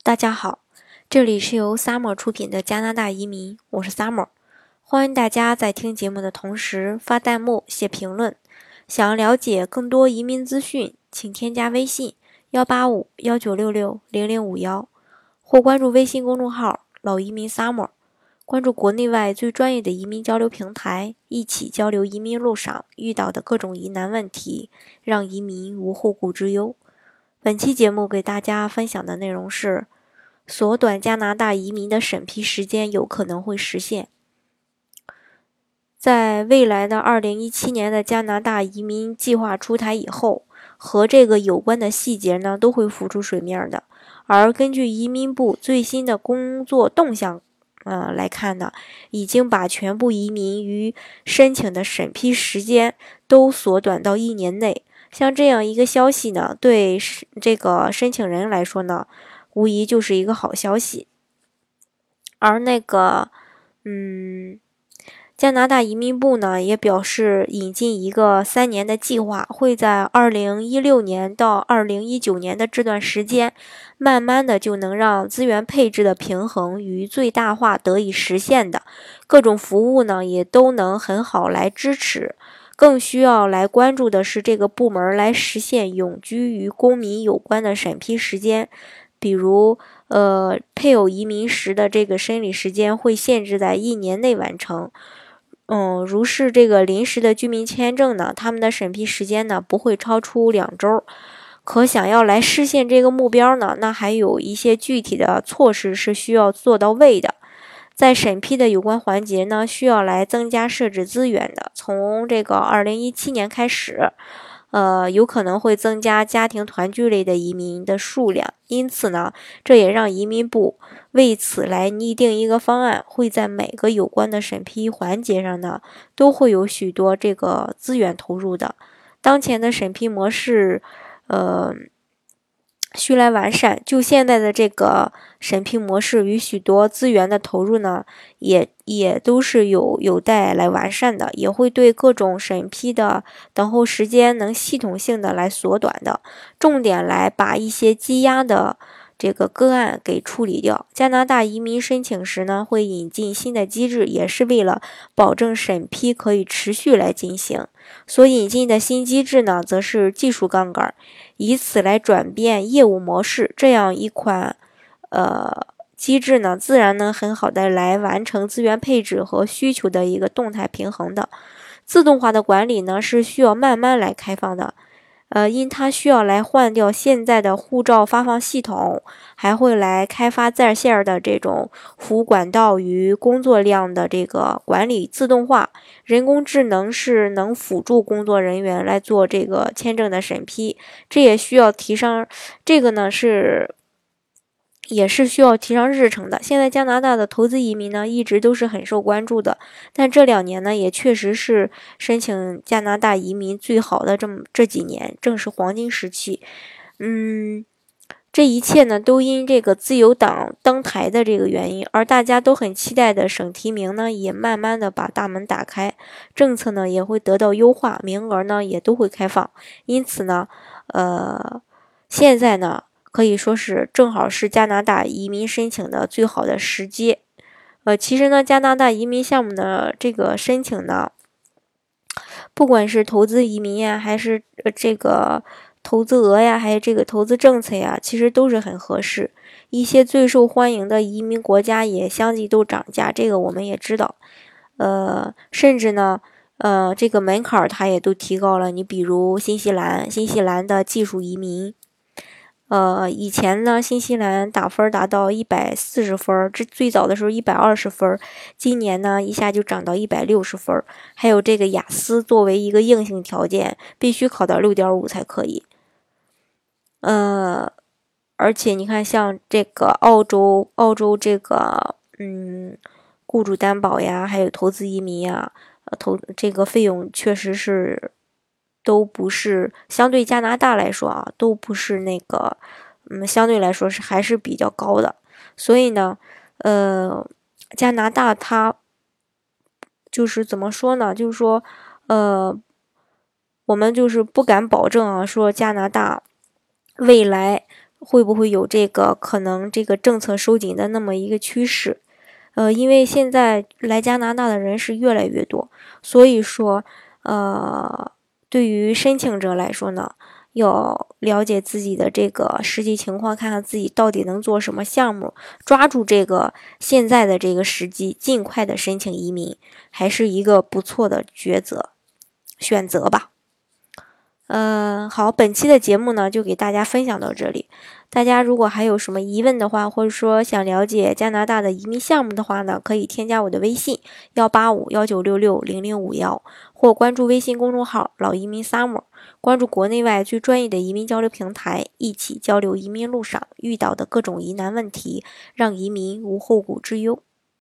大家好，这里是由 Summer 出品的加拿大移民，我是 Summer， 欢迎大家在听节目的同时发弹幕、写评论。想要了解更多移民资讯，请添加微信185-1966-0051，或关注微信公众号老移民 Summer， 关注国内外最专业的移民交流平台，一起交流移民路上遇到的各种疑难问题，让移民无后顾之忧。本期节目给大家分享的内容是缩短加拿大移民的审批时间有可能会实现。在未来的2017年的加拿大移民计划出台以后，和这个有关的细节呢都会浮出水面的。而根据移民部最新的工作动向来看呢，已经把全部移民与申请的审批时间都缩短到1年内。像这样一个消息呢，对这个申请人来说呢，无疑就是一个好消息。而加拿大移民部呢也表示，引进一个3年的计划，会在2016年到2019年的这段时间，慢慢的就能让资源配置的平衡与最大化得以实现的。各种服务呢也都能很好来支持。更需要来关注的是这个部门来实现永居与公民有关的审批时间，比如配偶移民时的这个审理时间会限制在1年内完成。如是这个临时的居民签证呢，他们的审批时间呢不会超出2周。可想要来实现这个目标呢，那还有一些具体的措施是需要做到位的。在审批的有关环节呢，需要来增加设置资源的。从这个2017年开始，有可能会增加家庭团聚类的移民的数量。因此呢，这也让移民部为此来拟定一个方案，会在每个有关的审批环节上呢，都会有许多这个资源投入的。当前的审批模式，需来完善。就现在的这个审批模式与许多资源的投入呢，也都是有待来完善的，也会对各种审批的等候时间能系统性的来缩短的，重点来把一些积压的这个个案给处理掉。加拿大移民申请时呢，会引进新的机制，也是为了保证审批可以持续来进行。所引进的新机制呢，则是技术杠杆，以此来转变业务模式。这样一款机制呢，自然能很好的来完成资源配置和需求的一个动态平衡的。自动化的管理呢，是需要慢慢来开放的。因它需要来换掉现在的护照发放系统，还会来开发在线的这种服务管道与工作量的这个管理自动化。人工智能是能辅助工作人员来做这个签证的审批，这也需要提升，这个呢也是需要提上日程的。现在加拿大的投资移民呢，一直都是很受关注的，但这2年呢，也确实是申请加拿大移民最好的这几年，正是黄金时期。这一切呢，都因这个自由党登台的这个原因，而大家都很期待的省提名呢，也慢慢的把大门打开，政策呢也会得到优化，名额呢也都会开放。因此呢，现在呢，可以说是正好是加拿大移民申请的最好的时机。其实呢，加拿大移民项目的这个申请呢，不管是投资移民呀，还是这个投资额呀，还有这个投资政策呀，其实都是很合适。一些最受欢迎的移民国家也相继都涨价，这个我们也知道。甚至呢，这个门槛它也都提高了。你比如新西兰的技术移民。以前呢，新西兰打分达到140分，最早的时候120分，今年呢一下就涨到160分。还有这个雅思作为一个硬性条件，必须考到6.5才可以。而且你看，像这个澳洲这个雇主担保呀，还有投资移民呀，这个费用确实是。都不是相对加拿大来说啊，都不是那个，相对来说是还是比较高的。所以呢，加拿大它就是怎么说呢？就是说，我们就是不敢保证啊，说加拿大未来会不会有这个可能这个政策收紧的那么一个趋势？因为现在来加拿大的人是越来越多，所以说，对于申请者来说呢，要了解自己的这个实际情况，看看自己到底能做什么项目，抓住这个现在的这个时机，尽快的申请移民，还是一个不错的选择吧。好，本期的节目呢就给大家分享到这里。大家如果还有什么疑问的话，或者说想了解加拿大的移民项目的话呢，可以添加我的微信18519660051，或关注微信公众号老移民 summer， 关注国内外最专业的移民交流平台，一起交流移民路上遇到的各种疑难问题，让移民无后顾之忧。